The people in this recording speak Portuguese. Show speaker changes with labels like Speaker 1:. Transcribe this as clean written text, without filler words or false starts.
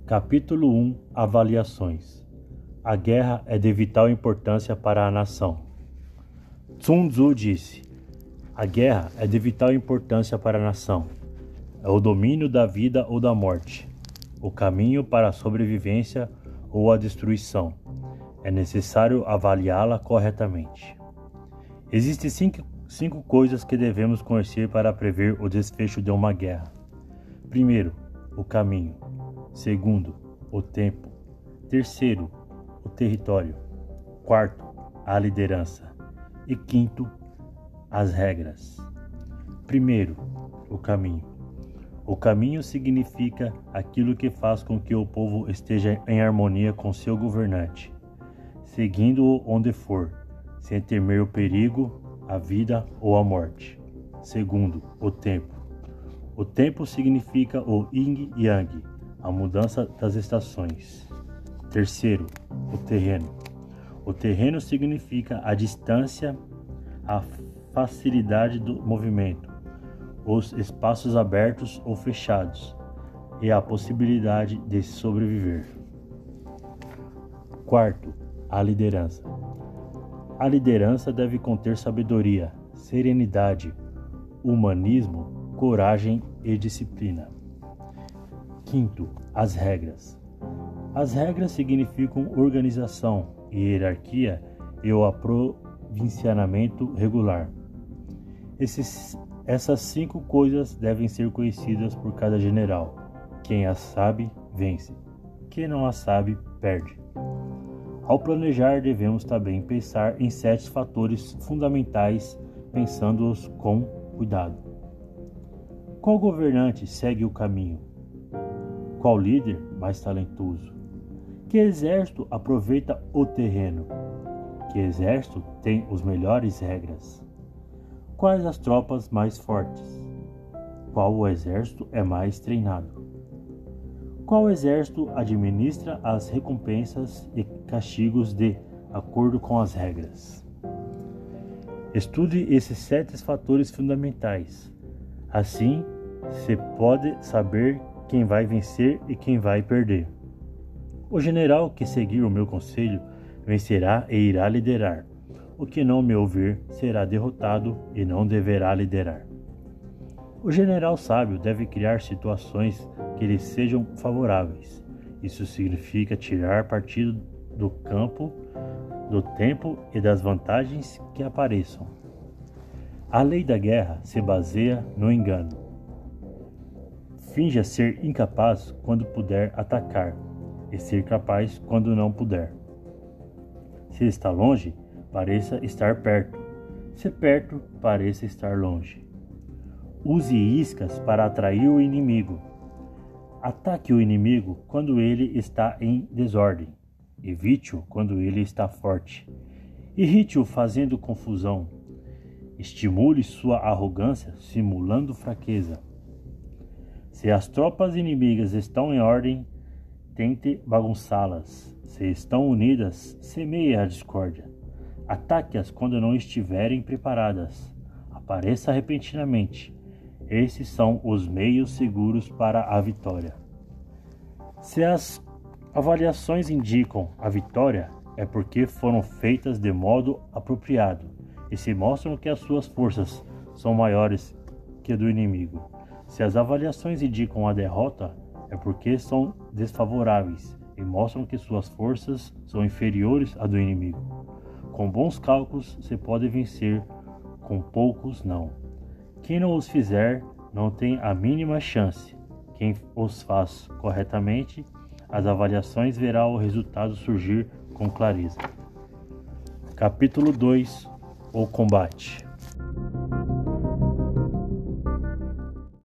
Speaker 1: Capítulo 1 Avaliações. A guerra é de vital importância para a nação. Sun Tzu disse: a guerra é de vital importância para a nação. É o domínio da vida ou da morte, o caminho para a sobrevivência ou a destruição. É necessário avaliá-la corretamente. Existem cinco coisas que devemos conhecer para prever o desfecho de uma guerra. Primeiro, o caminho. Segundo, o tempo. Terceiro, o território. Quarto, a liderança. E quinto, as regras. Primeiro, o caminho. O caminho significa aquilo que faz com que o povo esteja em harmonia com seu governante, seguindo-o onde for, sem temer o perigo, a vida ou a morte. Segundo, o tempo. O tempo significa o yin e yang, a mudança das estações. Terceiro, o terreno. O terreno significa a distância, a facilidade do movimento, os espaços abertos ou fechados e a possibilidade de sobreviver. Quarto, a liderança. A liderança deve conter sabedoria, serenidade, humanismo, coragem e disciplina. Quinto, as regras. As regras significam organização, hierarquia e o aprovisionamento regular. Essas cinco coisas devem ser conhecidas por cada general. Quem as sabe, vence. Quem não as sabe, perde. Ao planejar, devemos também pensar em 7 fatores fundamentais, pensando-os com cuidado. Qual governante segue o caminho? Qual líder mais talentoso? Que exército aproveita o terreno? Que exército tem as melhores regras? Quais as tropas mais fortes? Qual o exército é mais treinado? Qual exército administra as recompensas e castigos de acordo com as regras? Estude esses 7 fatores fundamentais. Assim, se pode saber quem vai vencer e quem vai perder. O general que seguir o meu conselho vencerá e irá liderar. O que não me ouvir será derrotado e não deverá liderar. O general sábio deve criar situações que lhe sejam favoráveis. Isso significa tirar partido do campo, do tempo e das vantagens que apareçam. A lei da guerra se baseia no engano. Finja ser incapaz quando puder atacar e ser capaz quando não puder. Se está longe, pareça estar perto. Se perto, pareça estar longe. Use iscas para atrair o inimigo. Ataque o inimigo quando ele está em desordem. Evite-o quando ele está forte. Irrite-o fazendo confusão. Estimule sua arrogância simulando fraqueza. Se as tropas inimigas estão em ordem, tente bagunçá-las. Se estão unidas, semeie a discórdia. Ataque-as quando não estiverem preparadas. Apareça repentinamente. Esses são os meios seguros para a vitória. Se as avaliações indicam a vitória, é porque foram feitas de modo apropriado e se mostram que as suas forças são maiores que a do inimigo. Se as avaliações indicam a derrota, é porque são desfavoráveis e mostram que suas forças são inferiores à do inimigo. Com bons cálculos, se pode vencer, com poucos, não. Quem não os fizer, não tem a mínima chance. Quem os faz corretamente, as avaliações verá o resultado surgir com clareza. Capítulo 2 O combate.